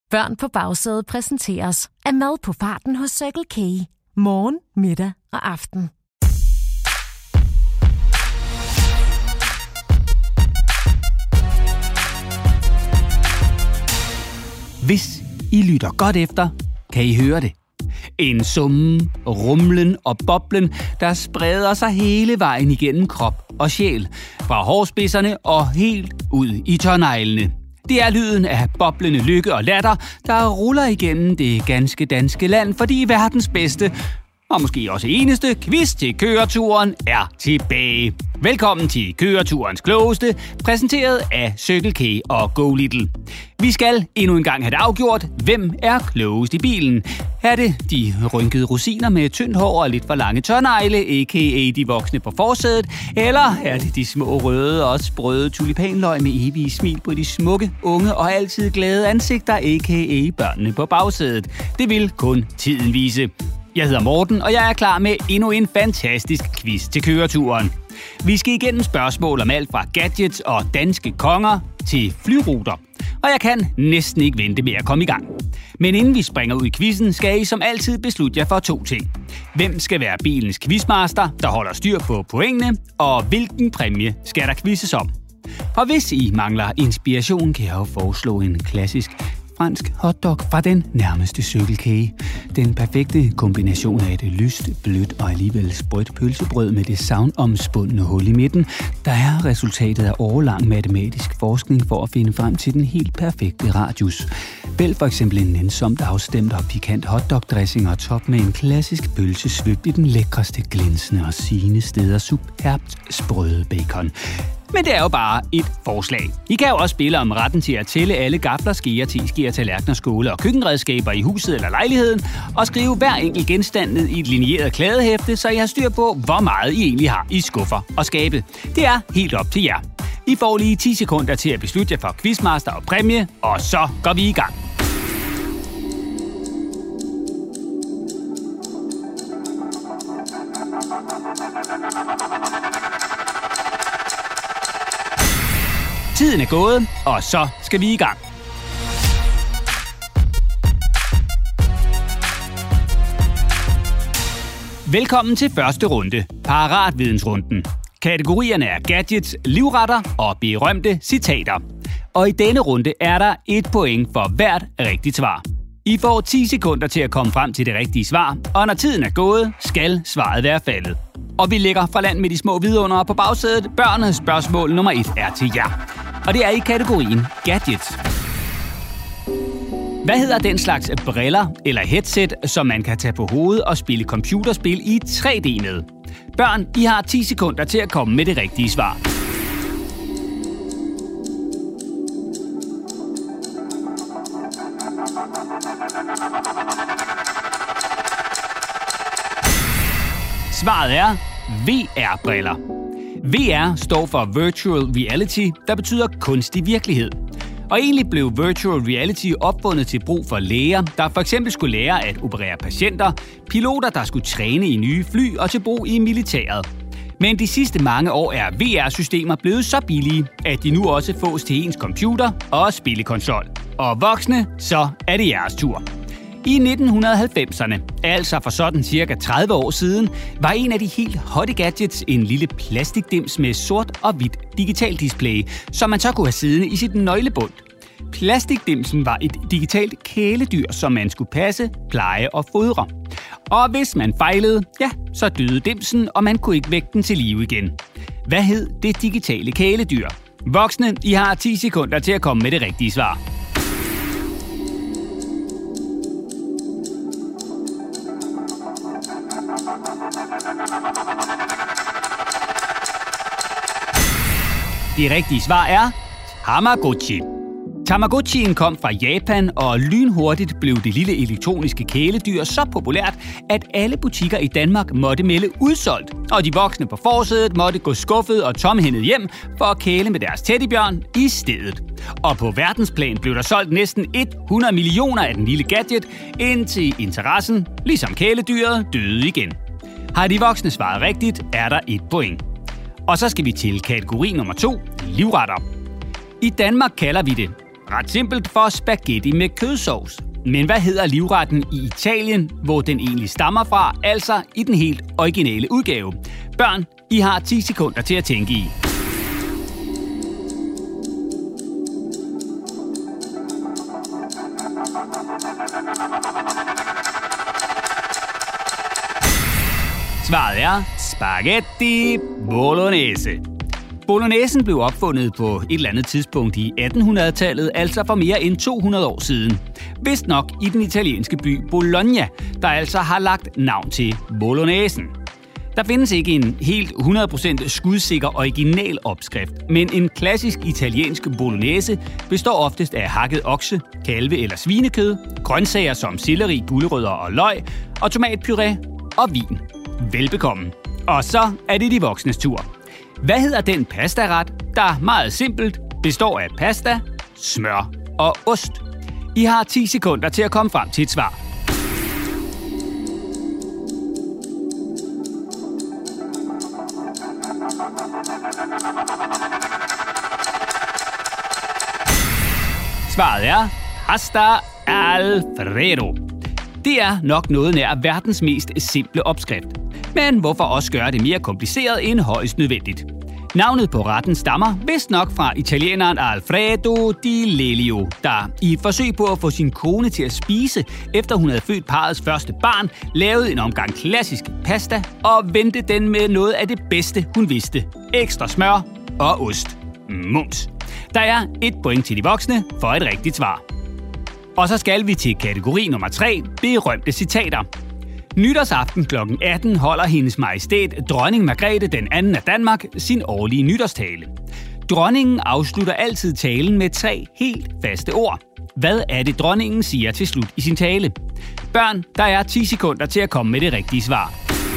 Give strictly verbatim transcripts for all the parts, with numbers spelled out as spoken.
Børn på bagsædet præsenteres af mad på farten hos Circle K. Morgen, middag og aften. Hvis I lytter godt efter, kan I høre det. En summen, rumlen og boblen, der spreder sig hele vejen igennem krop og sjæl. Fra hårspidserne og helt ud i tåneglene. Det er lyden af boblende lykke og latter, der ruller igennem det ganske danske land, fordi verdens bedste, og måske også eneste, quiz til køreturen er tilbage. Velkommen til køreturens klogeste, præsenteret af Circle K og Go Little. Vi skal endnu en gang have det afgjort, hvem er klogest i bilen. Er det de rynkede rosiner med tyndt hår og lidt for lange tånegle, a k a de voksne på forsædet, eller er det de små røde og sprøde tulipanløg med evige smil på de smukke, unge og altid glade ansigter, a k a børnene på bagsædet? Det vil kun tiden vise. Jeg hedder Morten, og jeg er klar med endnu en fantastisk quiz til køreturen. Vi skal igennem spørgsmål om alt fra gadgets og danske konger til flyruter. Og jeg kan næsten ikke vente med at komme i gang. Men inden vi springer ud i quizzen, skal I som altid beslutte jer for to ting. Hvem skal være bilens quizmaster, der holder styr på pointene, og hvilken præmie skal der quizzes om? For hvis I mangler inspiration, kan jeg jo foreslå en klassisk fransk hotdog fra den nærmeste Circle K. Den perfekte kombination af et lyst, blødt og alligevel sprødt pølsebrød med det savnomspundne hul i midten, der er resultatet af årelang matematisk forskning for at finde frem til den helt perfekte radius. Vælg for eksempel en nænsomt afstemt og pikant hotdog-dressing og top med en klassisk pølse svøbt i den lækreste, glænsende og sigende steder superbt sprøde bacon. Men det er jo bare et forslag. I kan jo også spille om retten til at tælle alle gafler, skeer, teskeer, tallerkener, skåle og køkkenredskaber i huset eller lejligheden, og skrive hver enkelt genstand ned i et lineeret kladehæfte, så I har styr på, hvor meget I egentlig har i skuffer og skabe. Det er helt op til jer. I får lige ti sekunder til at beslutte jer for quizmaster og præmie, og så går vi i gang. Tiden er gået, og så skal vi i gang. Velkommen til første runde, Paratvidensrunden. Kategorierne er gadgets, livretter og berømte citater. Og i denne runde er der et point for hvert rigtigt svar. I får ti sekunder til at komme frem til det rigtige svar, og når tiden er gået, skal svaret være faldet. Og vi lægger fra land med de små vidundere på bagsædet. Børnenes spørgsmål nummer et er til jer. Og det er i kategorien gadgets. Hvad hedder den slags briller eller headset, som man kan tage på hovedet og spille computerspil i tre D med? Børn, I har ti sekunder til at komme med det rigtige svar. Svaret er V R-briller. V R står for Virtual Reality, der betyder kunstig virkelighed. Og egentlig blev Virtual Reality opfundet til brug for læger, der for eksempel skulle lære at operere patienter, piloter, der skulle træne i nye fly og til brug i militæret. Men de sidste mange år er V R-systemer blevet så billige, at de nu også fås til ens computer og spillekonsol. Og voksne, så er det jeres tur. I nitten halvfemserne, altså for sådan cirka tredive år siden, var en af de helt hotte gadgets en lille plastikdims med sort og hvidt digital display, som man så kunne have siddende i sit nøglebund. Plastikdimsen var et digitalt kæledyr, som man skulle passe, pleje og fodre. Og hvis man fejlede, ja, så døde dimsen, og man kunne ikke vække den til live igen. Hvad hed det digitale kæledyr? Voksne, I har ti sekunder til at komme med det rigtige svar. Det rigtige svar er Tamagotchi. Tamagotchien kom fra Japan, og lynhurtigt blev det lille elektroniske kæledyr så populært, at alle butikker i Danmark måtte melde udsolgt, og de voksne på forsædet måtte gå skuffet og tomhændet hjem for at kæle med deres teddybjørn i stedet. Og på verdensplan blev der solgt næsten hundrede millioner af den lille gadget, indtil interessen, ligesom kæledyret, døde igen. Har de voksne svaret rigtigt, er der et point. Og så skal vi til kategori nummer to, livretter. I Danmark kalder vi det ret simpelt for spaghetti med kødsovs. Men hvad hedder livretten i Italien, hvor den egentlig stammer fra, altså i den helt originale udgave? Børn, I har ti sekunder til at tænke i. Svaret er spaghetti bolognese. Bolognesen blev opfundet på et eller andet tidspunkt i attenhundredetallet, altså for mere end to hundrede år siden. Vist nok i den italienske by Bologna, der altså har lagt navn til bolognesen. Der findes ikke en helt hundrede procent skudsikker original opskrift, men en klassisk italiensk bolognese består oftest af hakket okse, kalve- eller svinekød, grøntsager som selleri, gulerødder og løg, og tomatpuré og vin. Velbekomme. Og så er det de voksnes tur. Hvad hedder den pastaret, der meget simpelt består af pasta, smør og ost? I har ti sekunder til at komme frem til et svar. Svaret er pasta Alfredo. Det er nok noget nær verdens mest simple opskrift. Men hvorfor også gøre det mere kompliceret end højst nødvendigt? Navnet på retten stammer vist nok fra italieneren Alfredo di Lelio, der i et forsøg på at få sin kone til at spise, efter hun havde født parrets første barn, lavede en omgang klassisk pasta og vendte den med noget af det bedste, hun vidste. Ekstra smør og ost. Mums. Der er et point til de voksne for et rigtigt svar. Og så skal vi til kategori nummer tre, berømte citater. Nytårsaften klokken atten holder hendes majestæt dronning Margrethe den anden af Danmark sin årlige nytårstale. Dronningen afslutter altid talen med tre helt faste ord. Hvad er det, dronningen siger til slut i sin tale? Børn, der er ti sekunder til at komme med det rigtige svar.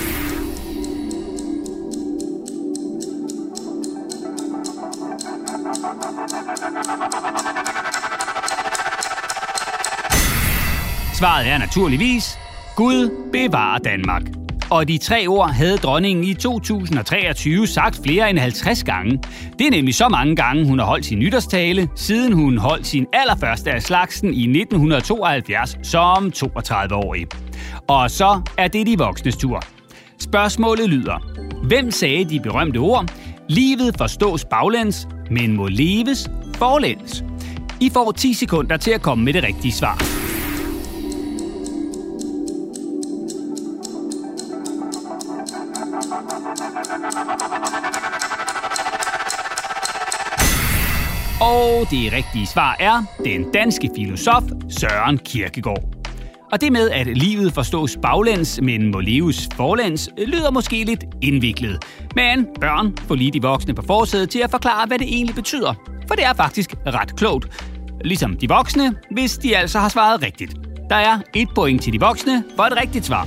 Svaret er naturligvis Gud bevarer Danmark. Og de tre ord havde dronningen i to tusind og treogtyve sagt flere end halvtreds gange. Det er nemlig så mange gange, hun har holdt sin nytårstale, siden hun holdt sin allerførste af slagsen i nitten tooghalvfjerds som toogtredive-årig. Og så er det de voksnes tur. Spørgsmålet lyder: hvem sagde de berømte ord? Livet forstås baglæns, men må leves forlæns. I får ti sekunder til at komme med det rigtige svar. Og det rigtige svar er den danske filosof Søren Kierkegaard. Og det med, at livet forstås baglæns, men må leves forlæns, lyder måske lidt indviklet. Men børn får lige de voksne på forsædet til at forklare, hvad det egentlig betyder. For det er faktisk ret klogt. Ligesom de voksne, hvis de altså har svaret rigtigt. Der er et point til de voksne for et rigtigt svar.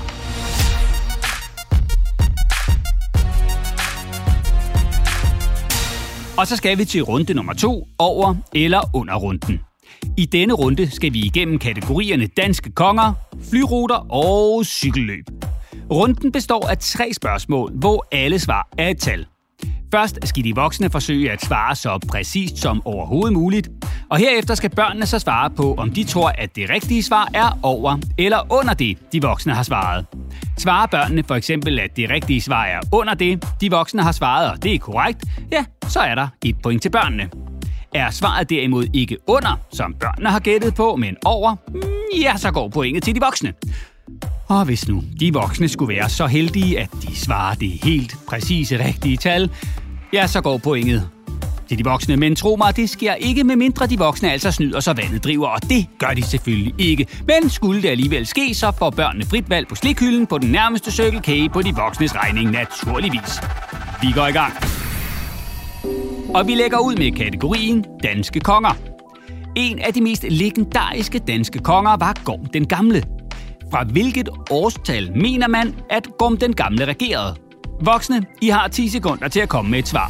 Og så skal vi til runde nummer to, over eller under runden. I denne runde skal vi igennem kategorierne danske konger, flyruter og cykelløb. Runden består af tre spørgsmål, hvor alle svar er et tal. Først skal de voksne forsøge at svare så præcist som overhovedet muligt, og herefter skal børnene så svare på, om de tror, at det rigtige svar er over eller under det, de voksne har svaret. Svarer børnene for eksempel, at det rigtige svar er under det, de voksne har svaret, og det er korrekt, ja, så er der et point til børnene. Er svaret derimod ikke under, som børnene har gættet på, men over, ja, så går pointet til de voksne. Og hvis nu de voksne skulle være så heldige, at de svarer det helt præcise rigtige tal, ja, så går pointet til de voksne. Men tro mig, det sker ikke, med mindre de voksne altså snyder, så vandet driver, og det gør de selvfølgelig ikke. Men skulle det alligevel ske, så får børnene frit valg på slikhylden på den nærmeste Circle K på de voksnes regning, naturligvis. Vi går i gang. Og vi lægger ud med kategorien danske konger. En af de mest legendariske danske konger var Gorm den Gamle. Fra hvilket årstal mener man, at Gorm den Gamle regerede? Voksne, I har ti sekunder til at komme med et svar.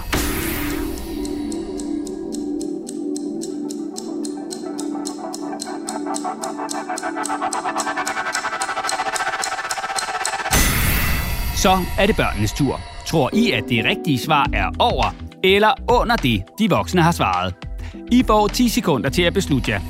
Så er det børnenes tur. Tror I, at det rigtige svar er over eller under det, de voksne har svaret? I får ti sekunder til at beslutte jer.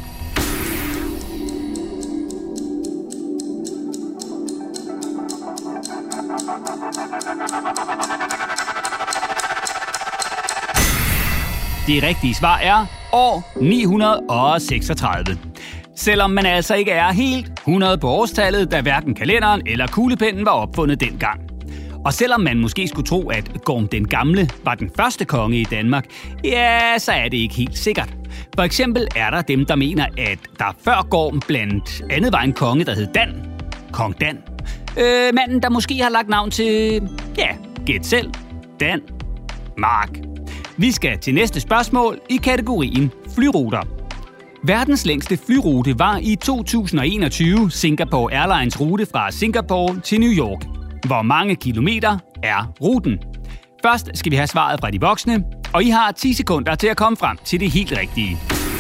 Det rigtige svar er år ni hundrede seksogtredive. Selvom man altså ikke er helt hundrede på årstallet, da hverken kalenderen eller kuglepennen var opfundet dengang. Og selvom man måske skulle tro, at Gorm den Gamle var den første konge i Danmark, ja, så er det ikke helt sikkert. For eksempel er der dem, der mener, at der før Gorm blandt andet var en konge, der hed Dan. Kong Dan. Øh, manden, der måske har lagt navn til, ja, gæt selv, Dan Mark. Vi skal til næste spørgsmål i kategorien flyruter. Verdens længste flyrute var i to tusind og enogtyve Singapore Airlines rute fra Singapore til New York. Hvor mange kilometer er ruten? Først skal vi have svaret fra de voksne, og I har ti sekunder til at komme frem til det helt rigtige.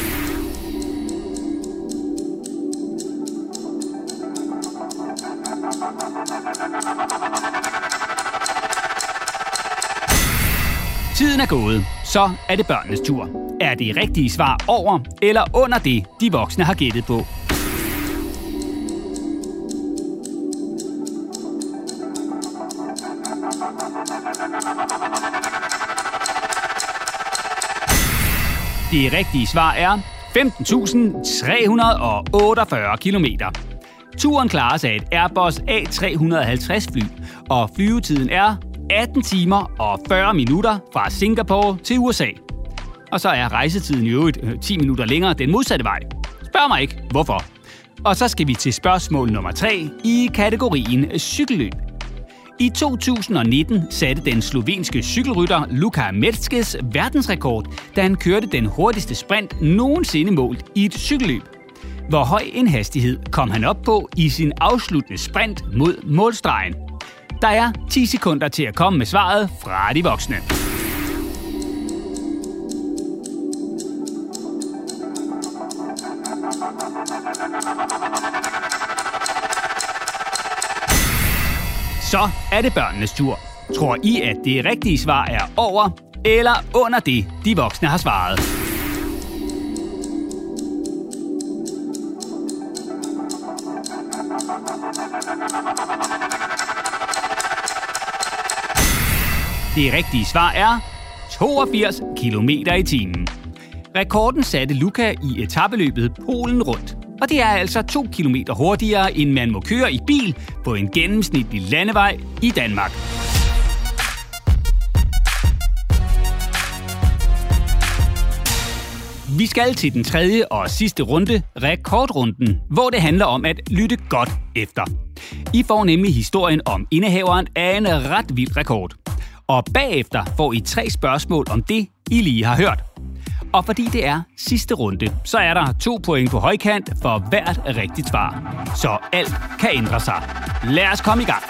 Tiden er gået, så er det børnenes tur. Er det rigtige svar over eller under det, de voksne har gættet på? Det rigtige svar er femten tusind tre hundrede otteogfyrre kilometer. Turen klares af et Airbus A tre hundrede og halvtreds fly, og flyvetiden er atten timer og fyrre minutter fra Singapore til U S A. Og så er rejsetiden i øvrigt ti minutter længere den modsatte vej. Spørg mig ikke, hvorfor. Og så skal vi til spørgsmål nummer tre i kategorien cykelløb. I to tusind og nitten satte den slovenske cykelrytter Luka Metskes verdensrekord, da han kørte den hurtigste sprint nogensinde målt i et cykelløb. Hvor høj en hastighed kom han op på i sin afsluttende sprint mod målstregen? Der er ti sekunder til at komme med svaret fra de voksne. Så er det børnenes tur. Tror I, at det rigtige svar er over eller under det, de voksne har svaret? Det rigtige svar er toogfirs kilometer i timen. Rekorden satte Luka i etapeløbet Polen rundt. Og det er altså to kilometer hurtigere, end man må køre i bil på en gennemsnitlig landevej i Danmark. Vi skal til den tredje og sidste runde, rekordrunden, hvor det handler om at lytte godt efter. I får nemlig historien om indehaveren af en ret vild rekord. Og bagefter får I tre spørgsmål om det, I lige har hørt. Og fordi det er sidste runde, så er der to point på højkant for hvert rigtigt svar. Så alt kan ændre sig. Lad os komme i gang.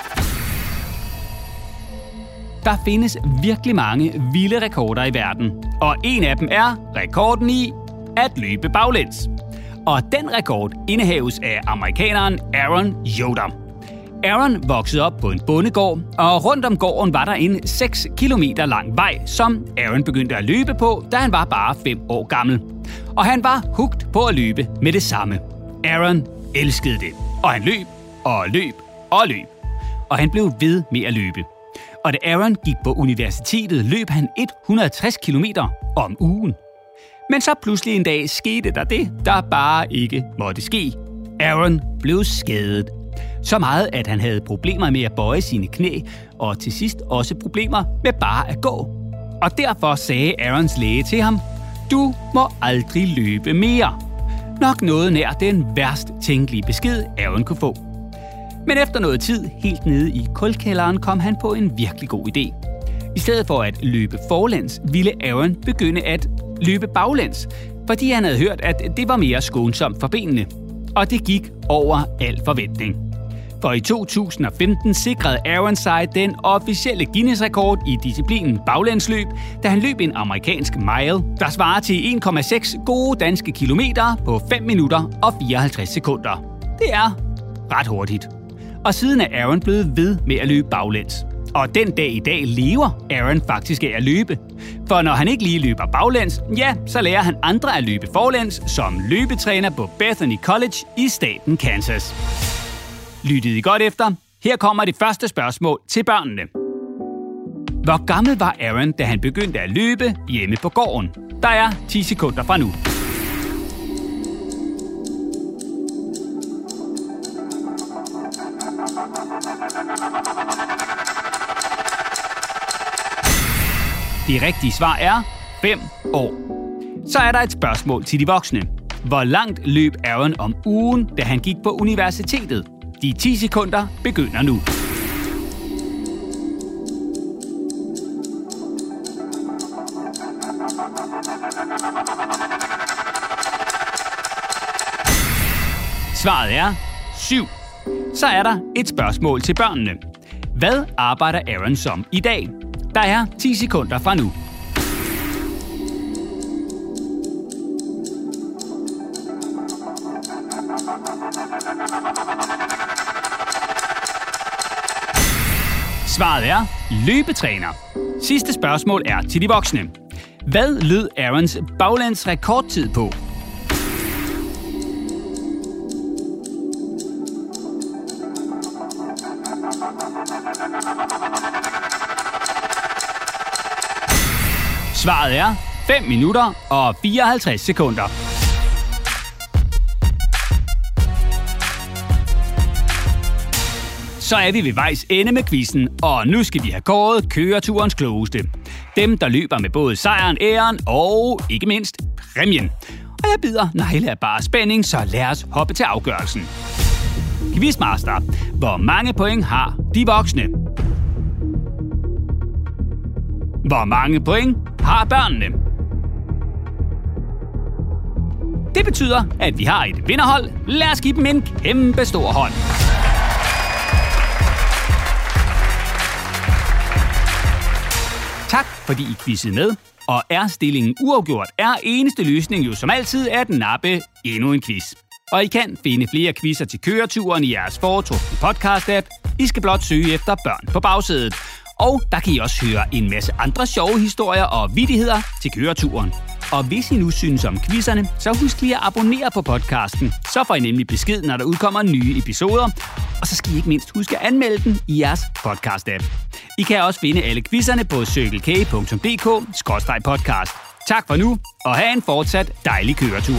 Der findes virkelig mange vilde rekorder i verden. Og en af dem er rekorden i at løbe baglæns. Og den rekord indehaves af amerikaneren Aaron Yoder. Aaron voksede op på en bondegård, og rundt om gården var der en seks kilometer lang vej, som Aaron begyndte at løbe på, da han var bare fem år gammel. Og han var hooked på at løbe med det samme. Aaron elskede det, og han løb og løb og løb. Og han blev ved med at løbe. Og da Aaron gik på universitetet, løb han et hundrede og tres kilometer om ugen. Men så pludselig en dag skete der det, der bare ikke måtte ske. Aaron blev skadet. Så meget, at han havde problemer med at bøje sine knæ, og til sidst også problemer med bare at gå. Og derfor sagde Aarons læge til ham, du må aldrig løbe mere. Nok noget nær den værst tænkelige besked, Aaron kunne få. Men efter noget tid, helt nede i kulkælderen, kom han på en virkelig god idé. I stedet for at løbe forlæns, ville Aaron begynde at løbe baglæns, fordi han havde hørt, at det var mere skånsomt for benene. Og det gik over al forventning. For i to tusind og femten sikrede Aaron sig den officielle Guinness-rekord i disciplinen baglandsløb, da han løb en amerikansk mile, der svarer til en komma seks gode danske kilometer på fem minutter og fireoghalvtreds sekunder. Det er ret hurtigt. Og siden er Aaron blevet ved med at løbe baglæns. Og den dag i dag lever Aaron faktisk af at løbe. For når han ikke lige løber baglæns, ja, så lærer han andre at løbe forlæns som løbetræner på Bethany College i staten Kansas. Lyttede I godt efter? Her kommer det første spørgsmål til børnene. Hvor gammel var Aaron, da han begyndte at løbe hjemme på gården? Der er ti sekunder fra nu. Det rigtige svar er fem år. Så er der et spørgsmål til de voksne. Hvor langt løb Aaron om ugen, da han gik på universitetet? De ti sekunder begynder nu. Svaret er syv. Så er der et spørgsmål til børnene. Hvad arbejder Aaron som i dag? Der er ti sekunder fra nu. Svaret er løbetræner. Sidste spørgsmål er til de voksne. Hvad lød Aarons baglæns rekordtid på? Svaret er fem minutter og fireoghalvtreds sekunder. Så er vi ved vejs ende med quizzen, og nu skal vi have kåret køreturens klogeste. Dem, der løber med både sejren, æren og ikke mindst præmien. Og jeg bider negle af bare spænding, så lad os hoppe til afgørelsen. Quizmaster, hvor mange point har de voksne? Hvor mange point har børnene? Det betyder, at vi har et vinderhold. Lad os give dem en kæmpe stor hånd. Tak fordi I quizzede med. Og er stillingen uafgjort, er eneste løsning jo som altid at nappe endnu en quiz. Og I kan finde flere quizzer til køreturen i jeres foretrukne podcast-app. I skal blot søge efter Børn på bagsædet. Og der kan I også høre en masse andre sjove historier og vittigheder til køreturen. Og hvis I nu synes om quizzerne, så husk lige at abonnere på podcasten. Så får I nemlig besked, når der udkommer nye episoder. Og så skal I ikke mindst huske at anmelde den i jeres podcast-app. I kan også finde alle quizzerne på circlek punktum d k skråstreg podcast. Tak for nu, og have en fortsat dejlig køretur.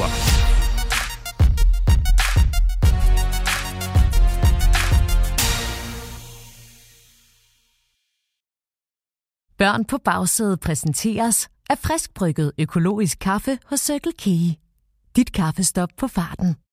Børn på bagsædet præsenteres af friskbrygget økologisk kaffe hos Circle K. Dit kaffestop på farten.